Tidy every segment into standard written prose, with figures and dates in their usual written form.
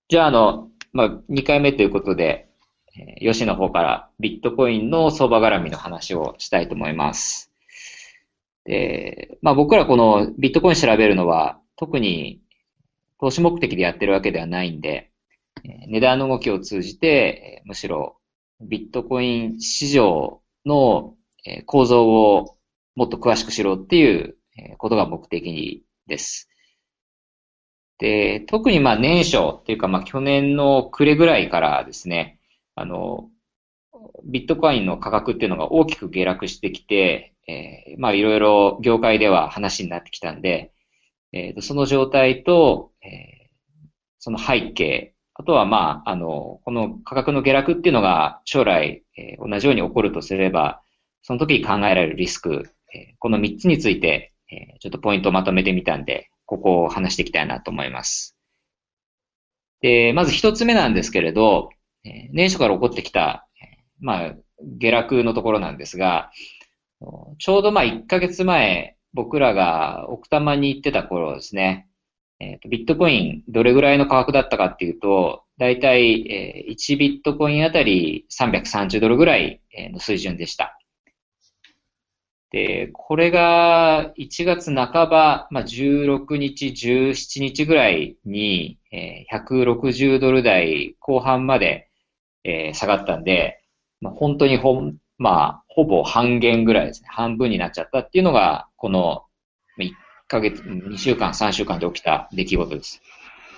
じゃあ、2回目ということで、ヨシの方からビットコインの相場絡みの話をしたいと思います。で、僕らこのビットコイン調べるのは、特に投資目的でやってるわけではないんで、値段の動きを通じて、むしろビットコイン市場の構造をもっと詳しく知ろうっていうことが目的です。で、特に年初っていうか去年の暮れぐらいからですね、あの、ビットコインの価格っていうのが大きく下落してきて、いろいろ業界では話になってきたんで、その状態と、その背景、あとはこの価格の下落っていうのが将来、同じように起こるとすれば、その時に考えられるリスク、この3つについて、ちょっとポイントをまとめてみたんで、ここを話していきたいなと思います。で、まず1つ目なんですけれど、年初から起こってきた、下落のところなんですが、ちょうど1ヶ月前、僕らが奥多摩に行ってた頃ですね、ビットコインどれぐらいの価格だったかっていうと、だいたい1ビットコインあたり330ドルぐらいの水準でした。で、これが1月半ば、16日、17日ぐらいに160ドル台後半まで下がったんで、本当にほぼ半減ぐらいですね。半分になっちゃったっていうのが、この1ヶ月、2週間、3週間で起きた出来事です。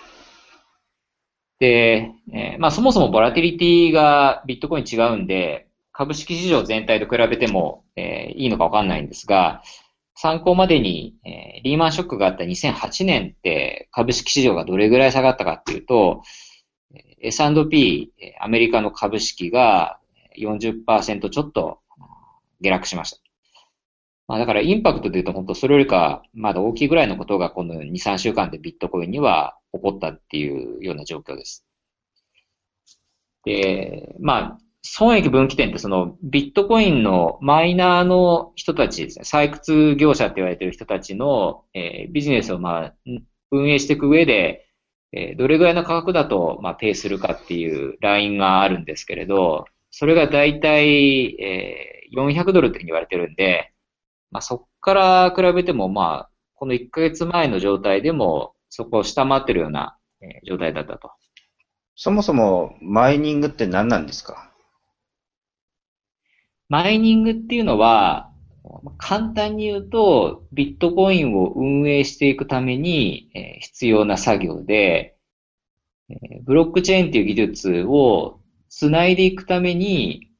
で、そもそもボラティリティがビットコイン違うんで、株式市場全体と比べても、いいのかわかんないんですが、参考までに、リーマンショックがあった2008年って株式市場がどれぐらい下がったかっていうと、S&P、アメリカの株式が40%ちょっと下落しました。だからインパクトで言うと本当それよりかまだ大きいぐらいのことがこの2、3週間でビットコインには起こったっていうような状況です。で、損益分岐点ってそのビットコインのマイナーの人たちですね、採掘業者って言われている人たちの、ビジネスを運営していく上で、どれぐらいの価格だとペイするかっていうラインがあるんですけれど、それがだいたい、400ドルって言われてるんで、そこから比べてもこの1ヶ月前の状態でもそこを下回ってるような、状態だったと。 そもそもマイニングって何なんですか？ マイニングっていうのは、簡単に言うと、ビットコインを運営していくために、必要な作業で、ブロックチェーンっていう技術をつないでいくために、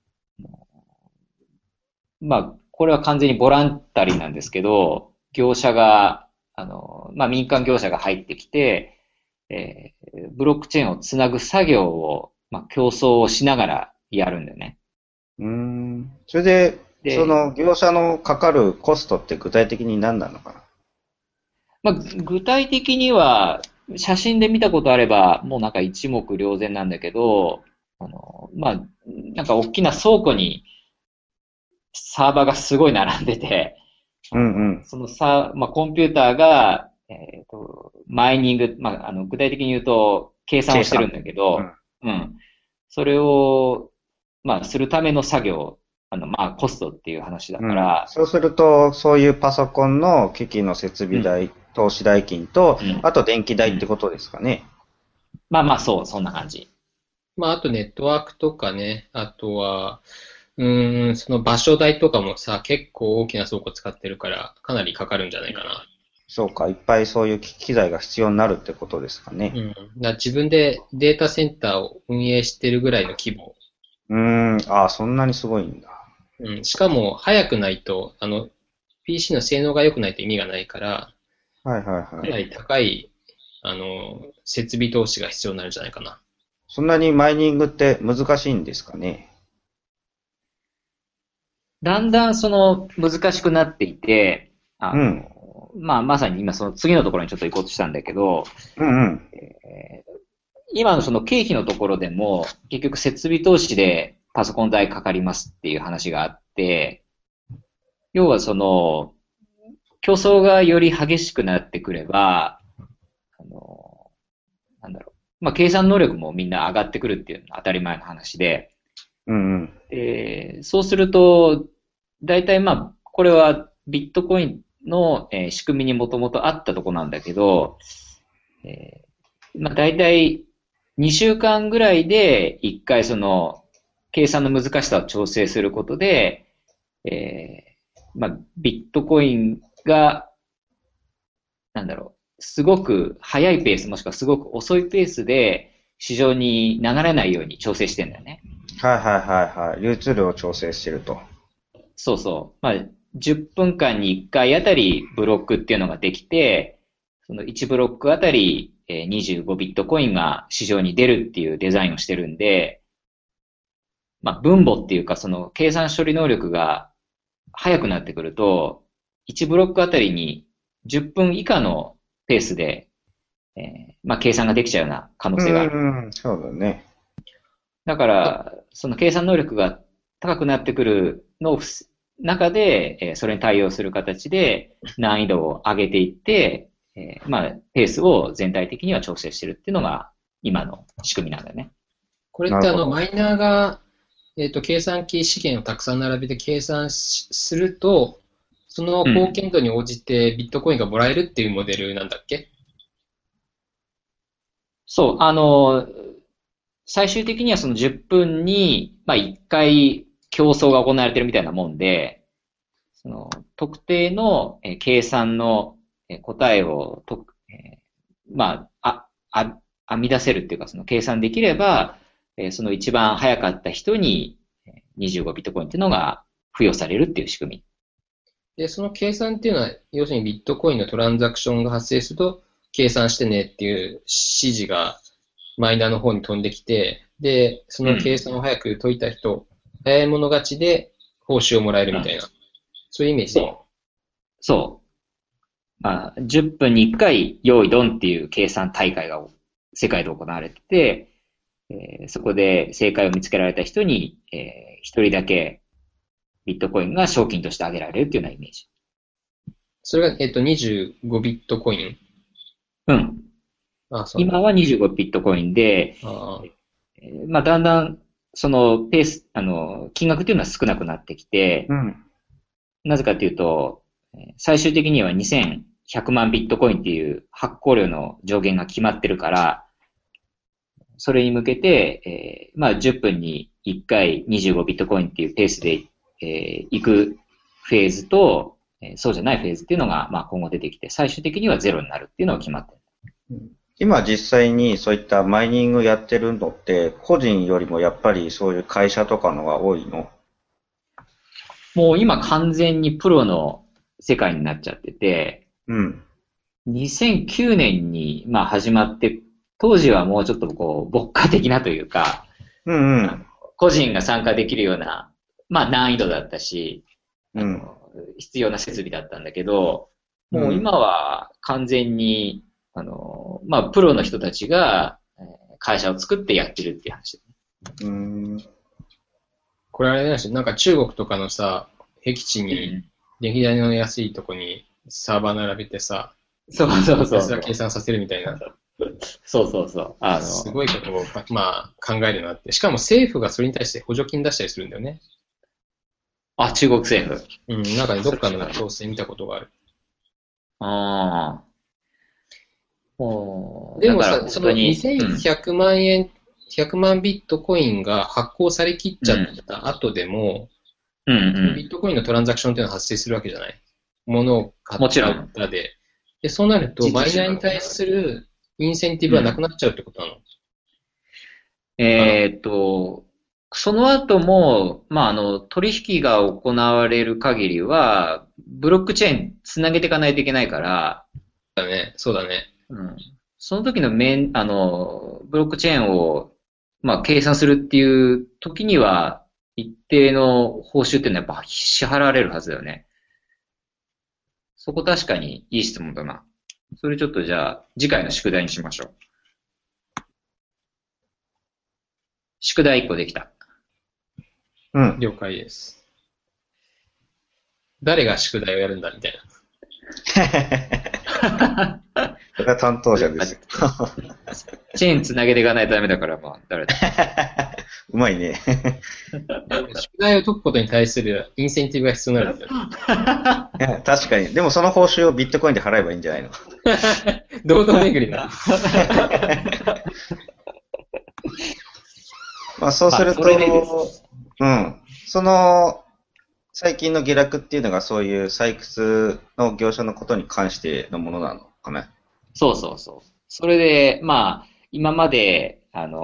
これは完全にボランタリーなんですけど、業者が、民間業者が入ってきて、ブロックチェーンをつなぐ作業を、競争をしながらやるんだよね。 それで、そで、 の業者のかかるコストって具体的に何なのかな？ 具体的には、写真で見たことあれば、もうなんか一目瞭然なんだけど、なんか大きな倉庫にサーバーがすごい並んでて、 うんうん。 そのコンピューターが、マイニング、具体的に言うと、計算をしてるん計算。 だけど、 うん。 うん。それを、するための作業、コストっていう話だうん。 から、 そうすると、そういうパソコンの機器の設うん、 備代、投資代金と、 うん、 あと電気うん。 代ってことですかね。 そう、そんな感じ。 あとネットワークとかね、あとは、その場所代とかもさ、結構大きな倉庫使ってるから、かなりかかるんじゃないかな。 そうか、いっぱいそういう機材が必要になるってことですかね。 自分でデータセンターを運営してるぐらいの規模。 ああ、そんなにすごいんだ。 しかも、早くないと、PC の性能が良くないと意味がないから、 はいはいはい。 かなり高い、設備投資が必要になるんじゃないかな。 そんなにマイニングって難しいんですかね。 だんだんその難しくなっていて、 うん。 まさに今その次のところにちょっと行こうとしたんだけど、 うんうん。 今のその経費のところでも、結局設備投資でパソコン代かかりますっていう話があって、要はその、競争がより激しくなってくれば、あの、なんだろう。 まあ、計算能力もみんな上がってくるっていうのは当たり前の話で、 うんそうすると、大体まあ、これはビットコインの仕組みにもともとあったとこなんだけど、まあ、大体2週間ぐらいで1回その計算の難しさを調整することで、まあ、ビットコインが、なんだろう、すごく速いペースもしくはすごく遅いペースで市場に流れないように調整してんだよね。 はいはいはいはい。流通量を調整してると。 そうそう。まあ、10分間に1回あたりブロックっていうのができて、その1ブロックあたり25ビットコインが市場に出るっていうデザインをしてるんで、まあ、分母っていうかその計算処理能力が速くなってくると、1ブロックあたりに10分以下のペースで、まあ、計算ができちゃうような可能性がある。 そうだね。 だから、その計算能力が高くなってくるのを中で、それに対応する形で難易度を上げていって、まあ、ペースを全体的には調整してるっていうのが今の仕組みなんだよね。 これってマイナーが、計算機資源をたくさん並べて計算すると、その貢献度に応じてビットコインがもらえるっていうモデルなんだっけ？ そう、最終的にはその10分に、まあ、1回競争が行われてるみたいなもんで、その特定の計算の答えをまあ、編み出せるっていうか、その計算できれば、その一番早かった人に25ビットコインっていうのが付与されるっていう仕組み。 で、その計算っていうのは、要するにビットコインのトランザクションが発生すると、計算してねっていう指示がマイナーの方に飛んできて、で、その計算を早く解いた人、早い者勝ちで報酬をもらえるみたいな、そういうイメージで。 そう。まあ、10分に1回用意ドンっていう計算大会が世界で行われてて、そこで正解を見つけられた人に、一人だけビットコインが賞金としてあげられるっていうようなイメージ。 それが、25ビットコイン。 うん。今は25ビットコインで、まあ、だんだん、そのペース、金額っていうのは少なくなってきて、なぜかというと、最終的には2100万ビットコインっていう発行量の上限が決まってるから、それに向けて、まあ、10分に1回25ビットコインっていうペースで、行くフェーズと、そうじゃないフェーズっていうのが、まあ、今後出てきて、最終的にはゼロになるっていうのが決まってる。 今実際にそういったマイニングやってるのって、個人よりもやっぱりそういう会社とかのが多いの？ もう今完全にプロの世界になっちゃってて、2009年にまあ始まって、当時はもうちょっとこう、牧歌的なというか、個人が参加できるような、まあ難易度だったし、必要な設備だったんだけど、もう今は完全に、まあプロの人たちが会社を作ってやってるっていう話だね。 これあれだし、なんか中国とかのさ、僻地に、電気代の安いとこにサーバー並べてさ、 そうそうそう。 それ計算させるみたいな。 そうそうそう。 すごいことを、まあ、考えるなって。しかも政府がそれに対して補助金出したりするんだよね。 あ、中国政府。 なんかね、どっかの統制見たことがある。でもさ、その2100万円、100万ビットコインが発行されきっちゃった後でも、ビットコインのトランザクションっていうのは発生するわけじゃない？物を買ったで。で、そうなると、マイナーに対するインセンティブはなくなっちゃうってことなの？その後も、まあ、取引が行われる限りは、ブロックチェーンつなげていかないといけないから、 そうだね。 その時のブロックチェーンを、まあ、計算するっていう時には、一定の報酬っていうのはやっぱ支払われるはずだよね。そこ確かにいい質問だな。それちょっとじゃあ、次回の宿題にしましょう。宿題1個できた。 了解です。誰が宿題をやるんだみたいそれが担当者ですよ。 チェーンつなげていかないとダメだから、まあ、誰だ。 うまいね。 宿題を解くことに対するインセンティブが必要になるんだよ。 いや確かに。でもその報酬をビットコインで払えばいいんじゃないの？ 堂々巡りな。 まあそうすると、うん。最近の下落っていうのがそういう採掘の業者のことに関してのものなのかね。 そうそうそう。それで、まあ、今まで、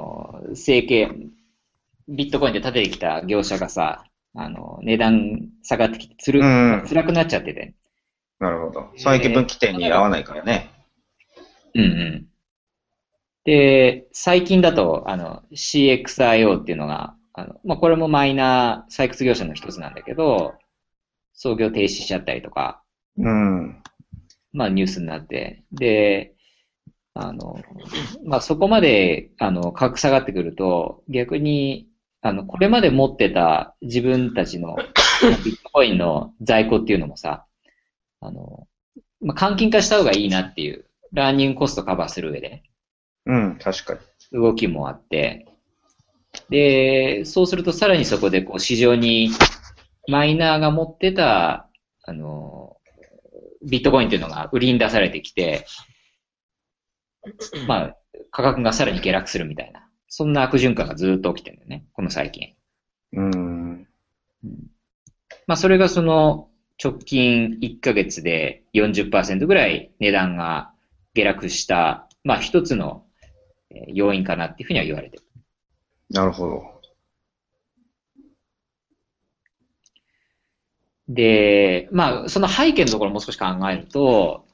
ビットコインで立ててきた業者がさ、値段下がってきて辛くなっちゃってて。 なるほど。損益分岐点に合わないからね。 うんうん。で、最近だと、CXIO っていうのが、まあ、これもマイナー採掘業者の一つなんだけど、操業停止しちゃったりとか、まあニュースになって、で、まあ、そこまで、価格下がってくると、逆に、これまで持ってた自分たちのビットコインの在庫っていうのもさ、まあ、換金化した方がいいなっていう、ラーニングコストカバーする上で。 うん、確かに。 動きもあって、で、そうするとさらにそこでこう市場にマイナーが持ってた、ビットコインっていうのが売りに出されてきて、まあ、価格がさらに下落するみたいな、そんな悪循環がずっと起きてるんだよね、この最近。まあ、それがその直近1ヶ月で 40% ぐらい値段が下落した、まあ一つの要因かなっていうふうには言われてる。 なるほど。 で、まあ、その背景のところをもう少し考えると、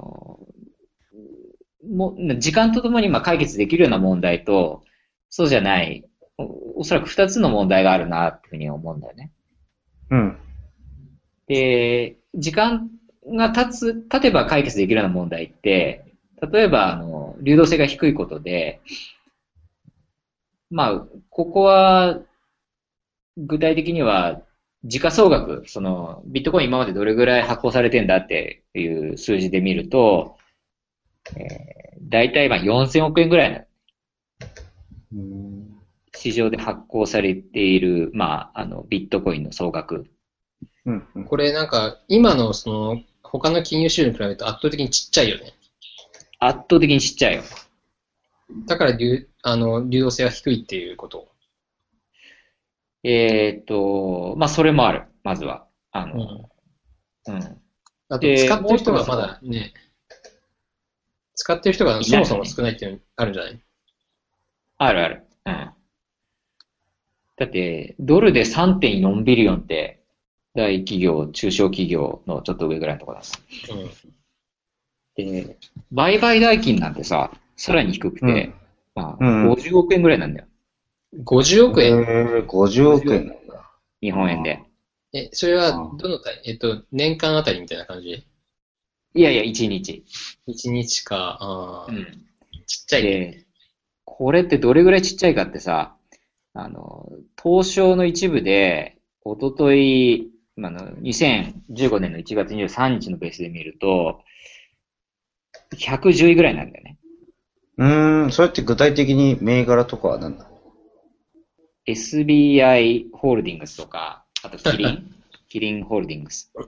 時間とともにまあ解決できるような問題と、そうじゃない、おそらく2つの問題があるなっていうふうに思うんだよね。 うん。 で、時間が経てば解決できるような問題って、例えば、流動性が低いことで、まあ、ここは、具体的には、時価総額、ビットコイン今までどれぐらい発行されてんだっていう数字で見ると、だいたい4000億円ぐらいなの。市場で発行されている、まあ、ビットコインの総額。 これなんか、今の他の金融市場に比べると圧倒的にちっちゃいよね。 圧倒的にちっちゃいよ。 だから流動性は低いっていうこと。 まあ、それもある、まずは。 あと、使ってる人がまだね、使ってる人がそもそも少ないっていうのあるんじゃない？ あるある。だって、ドルで 3.4 ビリオンって、大企業、中小企業のちょっと上ぐらいのところだ。で、売買代金なんてさ、さらに低くて、まあ、50億円ぐらいなんだよ。 50億円 50億円なんだ。 日本円で。 それは、どの年間あたりみたいな感じ？ いやいや、1日。 1日か。ちっちゃいで、これってどれぐらいちっちゃいかってさ、東証の一部で、おととい、2015年の1月23日のベースで見ると、110位ぐらいなんだよね。 それって具体的に銘柄とかは何だ？ SBI ホールディングスとか、あとキリンホールディングス。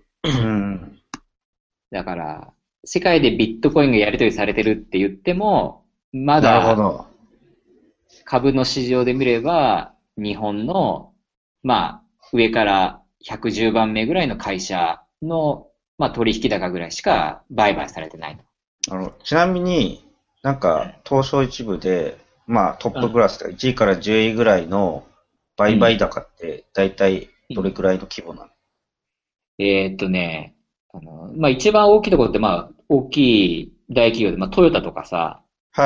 だから、世界でビットコインがやり取りされてるって言っても、まだ、株の市場で見れば、日本の、まあ、上から110番目ぐらいの会社の、まあ、取引高ぐらいしか売買されてない。 ちなみに、なんか、東証一部で、まあ、トップクラスで1位から10位ぐらいの売買高って、だいたいどれくらいの規模なの？まあ、一番大きいところって、まあ、大きい大企業で、まあ、トヨタとかさ、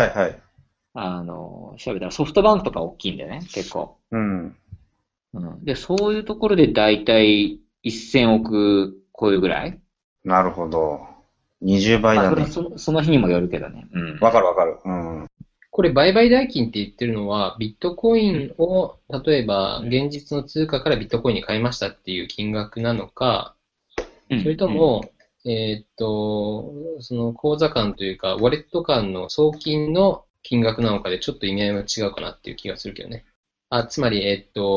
調べたらソフトバンクとか大きいんだよね、結構。で、そういうところでだいたい1000億超えるぐらい？ なるほど。20倍だね。 まあ、その日にもよるけどね。 わかるわかる。 これ、売買代金って言ってるのは、ビットコインを、例えば、現実の通貨からビットコインに変えましたっていう金額なのか、それとも、 その口座間というか、ウォレット間の送金の金額なのかでちょっと意味合いが違うかなっていう気がするけどね。つまり、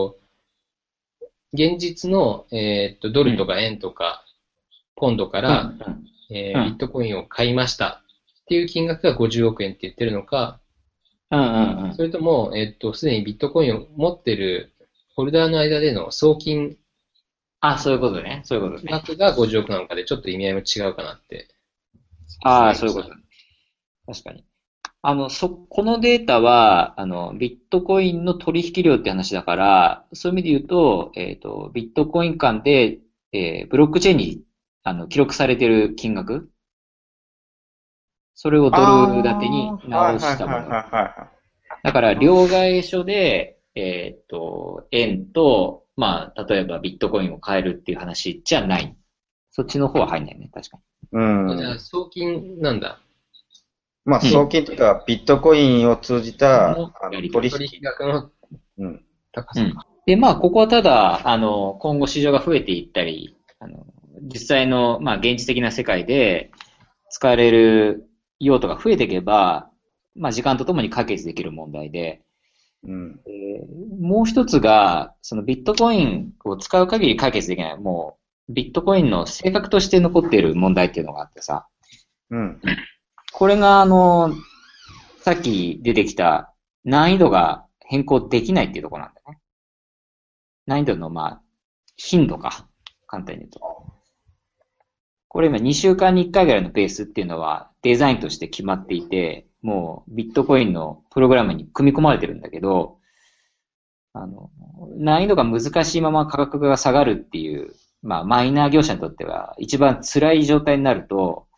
現実の、ドルとか円とか、ポンドから、ビットコインを買いましたっていう金額が50億円って言ってるのか、それとも、すでにビットコインを持ってるホルダーの間での送金そういうことね。そういうことね。 額が50億なのかでちょっと意味合いも違うかなって。 そういうこと。確かに。このデータは、ビットコインの取引量って話だから、そういう意味で言うと、ビットコイン間で、ブロックチェーンに、記録されている金額、それをドル建てに直したもの。だから、両替所で、円と、まあ、例えばビットコインを買えるっていう話じゃない。そっちの方は入んないね、確かに。 じゃあ、送金なんだ。 まあ、送金というか、ビットコインを通じた、 取引額の高さか。 で、まあ、ここはただ、今後市場が増えていったり、実際の、まあ、現実的な世界で使われる用途が増えていけば、まあ、時間とともに解決できる問題で、もう一つが、そのビットコインを使う限り解決できない。もう、ビットコインの性格として残っている問題っていうのがあってさ。これが、さっき出てきた難易度が変更できないっていうところなんだよね。難易度の、まあ、頻度か。簡単に言うと。これ今2週間に1回ぐらいのペースっていうのはデザインとして決まっていて、もうビットコインのプログラムに組み込まれてるんだけど、難易度が難しいまま価格が下がるっていう、まあ、マイナー業者にとっては一番辛い状態になると、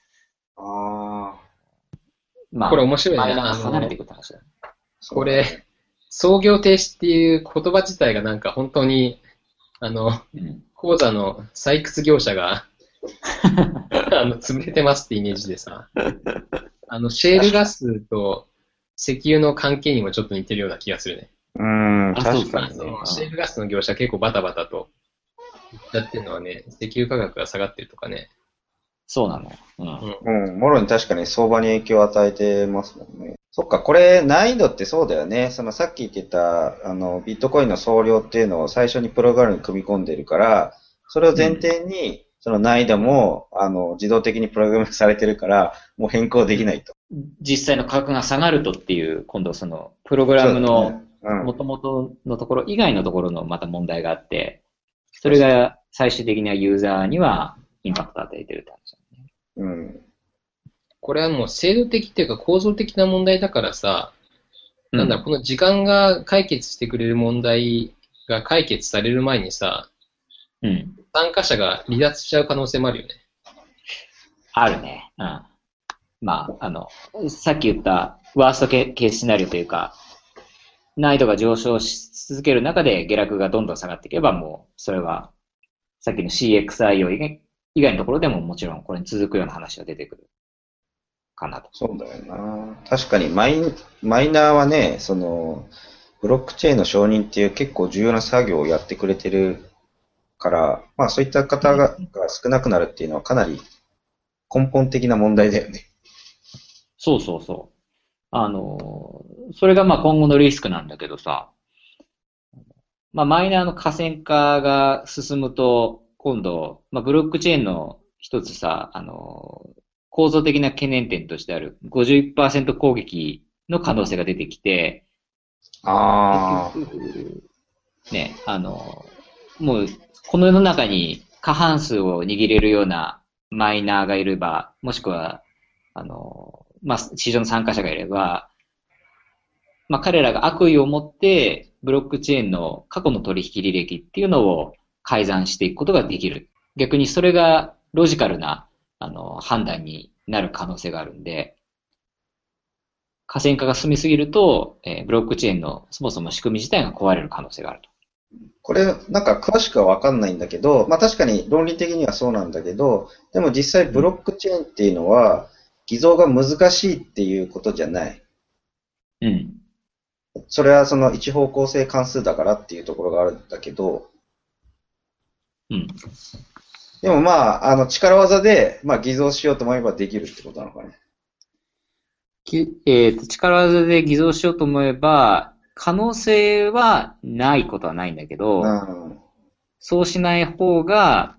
まあ、これ面白いね。 マイナーが離れていくって話だ。 これ、操業停止っていう言葉自体がなんか本当に、鉱座の採掘業者が潰れてますってイメージでさ、シェールガスと石油の関係にもちょっと似てるような気がするね。 確かにね。 シェールガスの業者結構バタバタとやってるのはね、石油価格が下がってるとかね。 そうなの。 もろに確かに相場に影響を与えてますもんね。そっか、これ難易度ってそうだよね。そのさっき言ってた、ビットコインの総量っていうのを最初にプログラムに組み込んでるから、それを前提に、その難易度も、自動的にプログラムされてるから、もう変更できないと。 実際の価格が下がるとっていう、今度その、プログラムの元々のところ以外のところのまた問題があって、それが最終的にはユーザーにはインパクトを与えてるって話だね。 これはもう制度的っていうか構造的な問題だからさ、なんだ、この時間が解決してくれる問題が解決される前にさ、参加者が離脱しちゃう可能性もあるよね。 あるね。まあ、さっき言ったワーストケースシナリオというか、難易度が上昇し続ける中で下落がどんどん下がっていけば、もう、それは、さっきの CXIO 以外のところでももちろんこれに続くような話が出てくるかなと。 そうだよな。確かにマイナーはね、その、ブロックチェーンの承認っていう結構重要な作業をやってくれてるから、まあそういった方が少なくなるっていうのはかなり根本的な問題だよね。 そうそうそう。それがまあ今後のリスクなんだけどさ、まあマイナーの河川化が進むと、今度、まあブロックチェーンの一つさ、構造的な懸念点としてある 51% 攻撃の可能性が出てきて、ね、もう、この世の中に過半数を握れるようなマイナーがいれば、もしくは、まあ、市場の参加者がいれば、まあ、彼らが悪意を持って、ブロックチェーンの過去の取引履歴っていうのを改ざんしていくことができる。逆にそれがロジカルな、判断になる可能性があるんで、河川化が進みすぎると、ブロックチェーンのそもそも仕組み自体が壊れる可能性があると。 これ、なんか詳しくはわかんないんだけど、まあ確かに論理的にはそうなんだけど、でも実際ブロックチェーンっていうのは、偽造が難しいっていうことじゃない。それはその一方向性関数だからっていうところがあるんだけど、 でもまあ、力技で、まあ、偽造しようと思えばできるってことなのかね。 力技で偽造しようと思えば、可能性はないことはないんだけうど、 ん。 そうしない方が、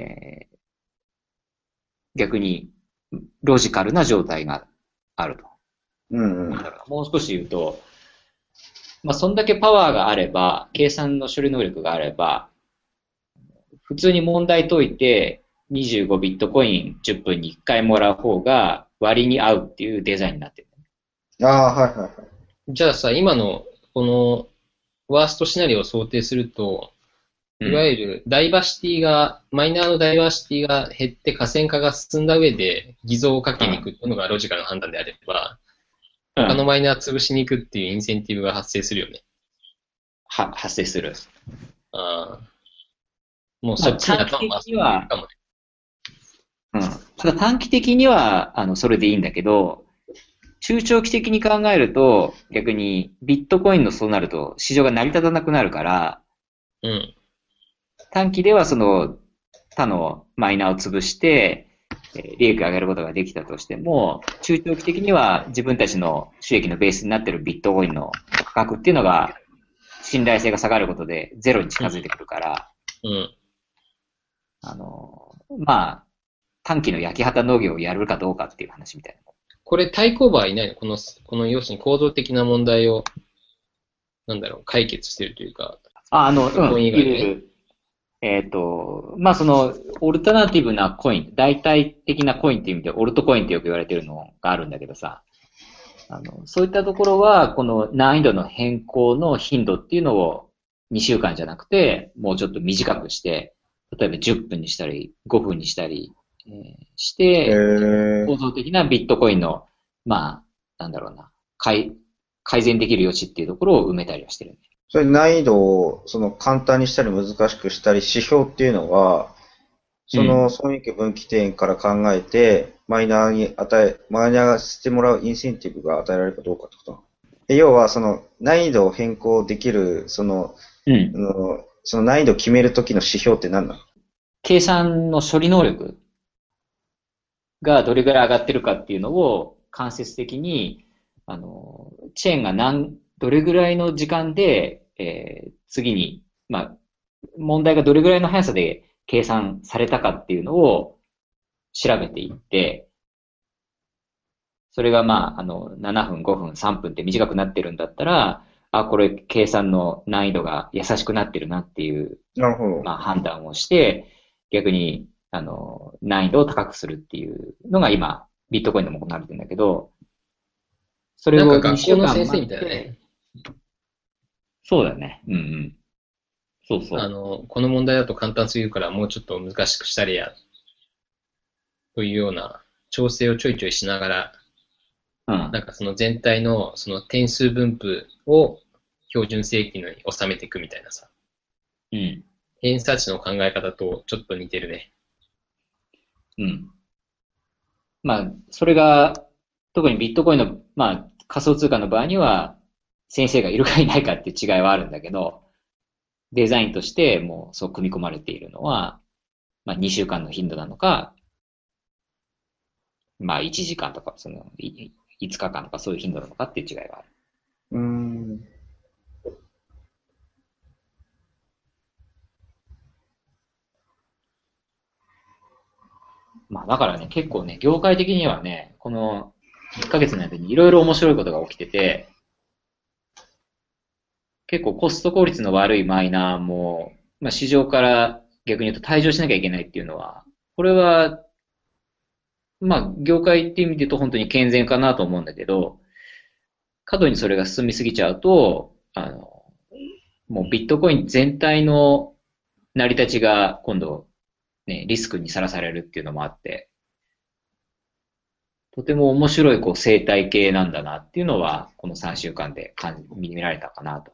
逆にロジカルな状態があると。 うんうん。 もう少し言うと、まあ、そんだけパワーがあれば、計算の処理能力があれば、普通に問題解いて、25ビットコイン10分に1回もらう方が割に合うっていうデザインになってる。 ああ、はいはいはい。 じゃあさ、今のこのワーストシナリオを想定すると、いわゆるダイバーシティが、マイナーのダイバーシティが減って河川化が進んだ上で偽造をかけに行くっていうのがロジカルな判断であれば、他のマイナー潰しに行くっていうインセンティブが発生するよね。 発生する。 ああ。もうそっちに頭を回すかもね。 うん。ただ短期的には、それでいいんだけど、中長期的に考えると、逆にビットコインのそうなると市場が成り立たなくなるから、 うん。 短期ではその他のマイナーを潰して、利益を上げることができたとしても、中長期的には自分たちの収益のベースになっているビットコインの価格っていうのが、信頼性が下がることでゼロに近づいてくるから、 うん。 まあ、短期の焼き畑農業をやるかどうかっていう話みたいな。 これ対抗馬はいないの？この要するに構造的な問題を、解決してるというか。 いる。まあその、オルタナティブなコイン、代替的なコインっていう意味で、オルトコインってよく言われてるのがあるんだけどさ、そういったところは、この難易度の変更の頻度っていうのを2週間じゃなくて、もうちょっと短くして、例えば10分にしたり、5分にしたり、して、構造的なビットコインの、まあ、改善できる余地っていうところを埋めたりはしてる。 それ難易度を、簡単にしたり難しくしたり指標っていうのは、損益分岐点から考えて、マイナーしてもらうインセンティブが与えられるかどうかってことなの？要は、難易度を変更できる、その難易度を決めるときの指標って何なの？ 計算の処理能力がどれぐらい上がってるかっていうのを間接的に、チェーンがどれぐらいの時間で、次に、まあ、問題がどれぐらいの速さで計算されたかっていうのを調べていって、それが7分、5分、3分って短くなってるんだったら、これ計算の難易度が優しくなってるなっていう、 なるほど。 判断をして、逆に、難易度を高くするっていうのが今、ビットコインでも行われてるんだけど、 それを学校の先生みたいなね。 そうだよね。うんうん。そうそう。 この問題だと簡単すぎるからもうちょっと難しくしたりや、というような調整をちょいちょいしながら、その全体のその点数分布を標準正規に収めていくみたいなさ。 うん。 偏差値の考え方とちょっと似てるね。 うん。それが、特にビットコインの、仮想通貨の場合には、先生がいるかいないかっていう違いはあるんだけど、デザインとしてもうそう組み込まれているのは、2週間の頻度なのか、1時間とか、5日間とかそういう頻度なのかっていう違いがある。だからね、結構ね、業界的にはね、この1ヶ月の間にいろいろ面白いことが起きてて、結構コスト効率の悪いマイナーも、市場から逆に言うと退場しなきゃいけないっていうのは、これは、業界っていう意味で言うと本当に健全かなと思うんだけど、過度にそれが進みすぎちゃうと、もうビットコイン全体の成り立ちが今度、ね、リスクにさらされるっていうのもあって、とても面白い生態系なんだなっていうのは、この3週間で見られたかなと。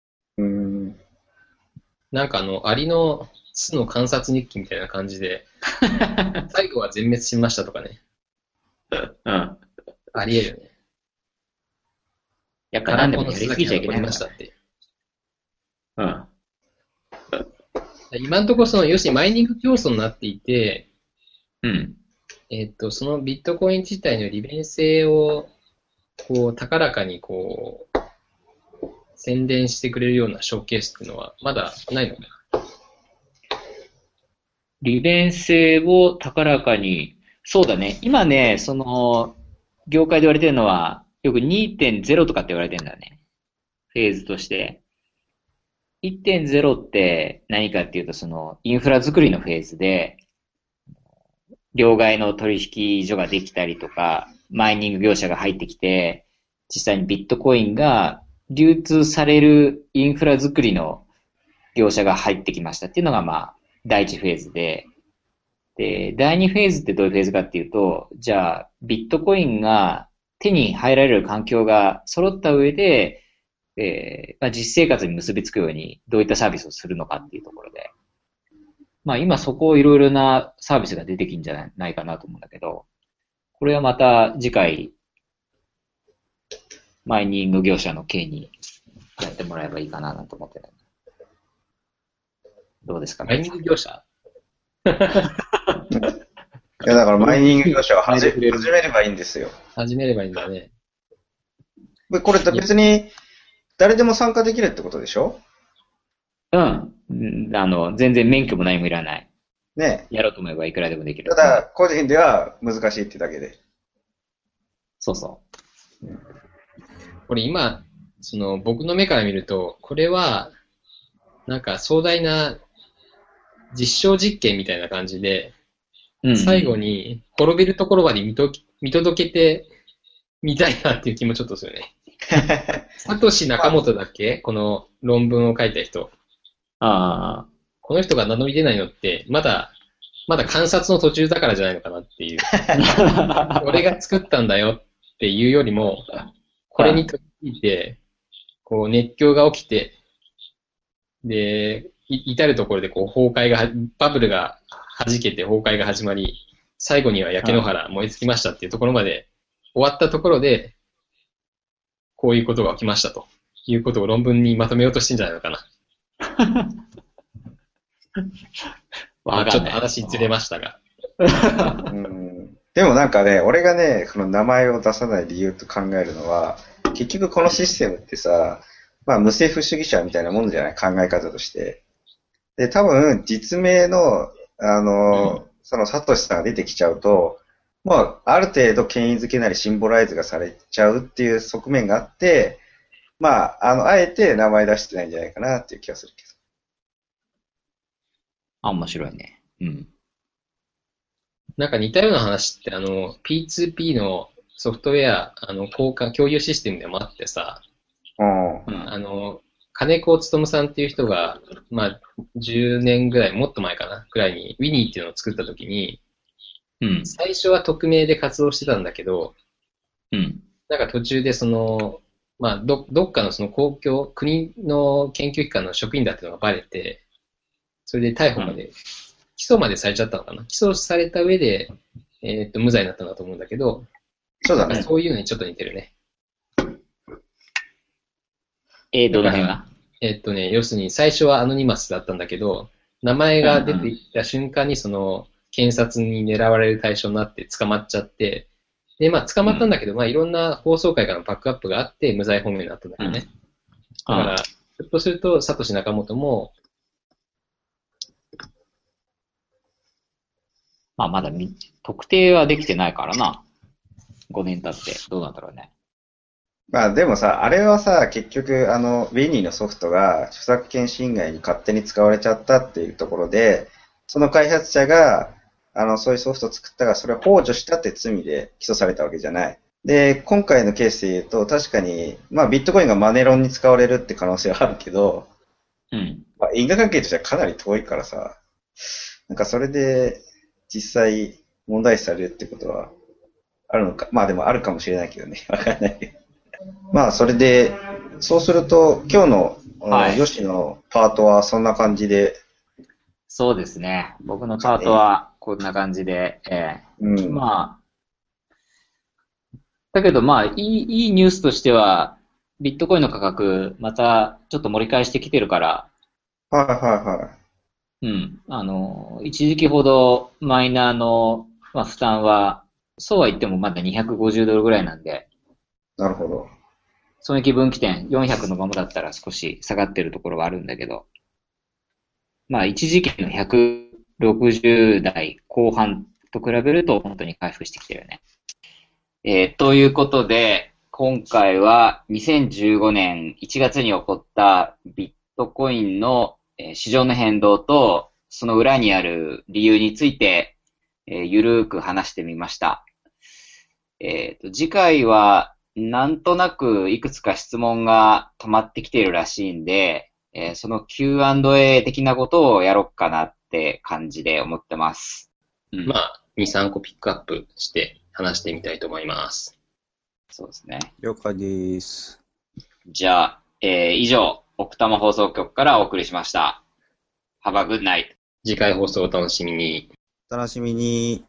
アリの巣の観察日記みたいな感じで、最後は全滅しましたとかね。 うん。 あり得るね。 やっぱ何でもやりすぎちゃいけないましたって。 うん。 今のところ要するにマイニング競争になっていて、 うん。 そのビットコイン自体の利便性を、高らかに宣伝してくれるようなショーケースっていうのは、まだないのかな。 利便性を高らかに、そうだね。今ね、業界で言われてるのは、よく 2.0 とかって言われてるんだよね。フェーズとして。1.0 って何かっていうと、インフラ作りのフェーズで、両替の取引所ができたりとか、マイニング業者が入ってきて、実際にビットコインが流通されるインフラ作りの業者が入ってきましたっていうのが、第一フェーズで、第二フェーズってどういうフェーズかっていうと、じゃあ、ビットコインが手に入られる環境が揃った上で、実生活に結びつくようにどういったサービスをするのかっていうところで、今そこいろいろなサービスが出てきんじゃないかなと思うんだけど、これはまた次回、マイニング業者の系にやってもらえばいいかなと思ってる。どうですかね。 マイニング業者いや、だからマイニング業者は始めればいいんですよ。 始めればいいんだね。 これって別に誰でも参加できるってことでしょ？ うん。全然免許も何もいらない。 ね。 やろうと思えばいくらでもできる。 ただ、個人では難しいってだけで。 そうそう。 これ今、僕の目から見ると、これは、なんか壮大な実証実験みたいな感じで、最後に滅びるところまで見届けてみたいなっていう気もちょっとするね。サトシ・ナカモトだっけこの論文を書いた人。 ああ。 この人が名乗り出ないのって、まだ観察の途中だからじゃないのかなっていう。俺が作ったんだよっていうよりも、これに取り入れて、熱狂が起きて、で、至るところでバブルが弾けて崩壊が始まり、最後には焼け野原燃え尽きましたっていうところまで終わったところで、こういうことが起きましたということを論文にまとめようとしてんじゃないのかな。ちょっと話ずれましたが。 でもなんかね、俺がね、この名前を出さない理由と考えるのは、結局このシステムってさ、無政府主義者みたいなもんじゃない、考え方として。で、多分、実名の、そのサトシさんが出てきちゃうと、ある程度権威づけなりシンボライズがされちゃうっていう側面があって、あえて名前出してないんじゃないかなっていう気がするけど。 面白いね。うん。 なんか似たような話って、P2P のソフトウェア、共有システムでもあってさ、金子勉さんっていう人が、10年ぐらい、もっと前かな、くらいに、ウィニーっていうのを作ったときに、最初は匿名で活動してたんだけど、なんか途中でどっかの国の研究機関の職員だっていうのがバレて、それで逮捕まで、起訴までされちゃったのかな。起訴された上で、無罪になったんだと思うんだけど、 そうだね。 そういうのにちょっと似てるね。 どの辺が要するに最初はアノニマスだったんだけど、名前が出てきた瞬間に検察に狙われる対象になって捕まっちゃって、で、捕まったんだけど、いろんな法曹界からのバックアップがあって無罪放免になったんだよね。だから、ひょっとすると、サトシ・ナカモトも、 まだ特定はできてないからな。5年経って、どうなんだろうね。 でもさ、あれはさ、結局、ウィニーのソフトが著作権侵害に勝手に使われちゃったっていうところで、その開発者が、そういうソフトを作ったが、それを幇助したって罪で起訴されたわけじゃない。で、今回のケースで言うと、確かに、ビットコインがマネロンに使われるって可能性はあるけど、因果関係としてはかなり遠いからさ、なんかそれで、実際問題視されるってことはあるのか。でもあるかもしれないけどね。わかんないけど。それで、そうすると、今日の、ヨシのパートはそんな感じで。 そうですね。僕のパートはこんな感じで。だけどいいニュースとしては、ビットコインの価格、またちょっと盛り返してきてるから。 うん。一時期ほどマイナーの、まあ、負担は、そうは言ってもまだ$250ぐらいなんで、 なるほど。 損益分岐点400のままだったら少し下がってるところはあるんだけど、まあ一時期の160代後半と比べると本当に回復してきてるよね。ということで、今回は2015年1月に起こったビットコインの市場の変動と、その裏にある理由について、ゆるーく話してみました。次回は、なんとなくいくつか質問が溜まってきているらしいんで、その Q&A 的なことをやろうかなって感じで思ってます。 うん、まあ、2、3個ピックアップして話してみたいと思います。 そうですね。 了解です。 じゃあ、以上、奥多摩放送局からお送りしました。Have a good night. 次回放送をお楽しみに。 お楽しみに。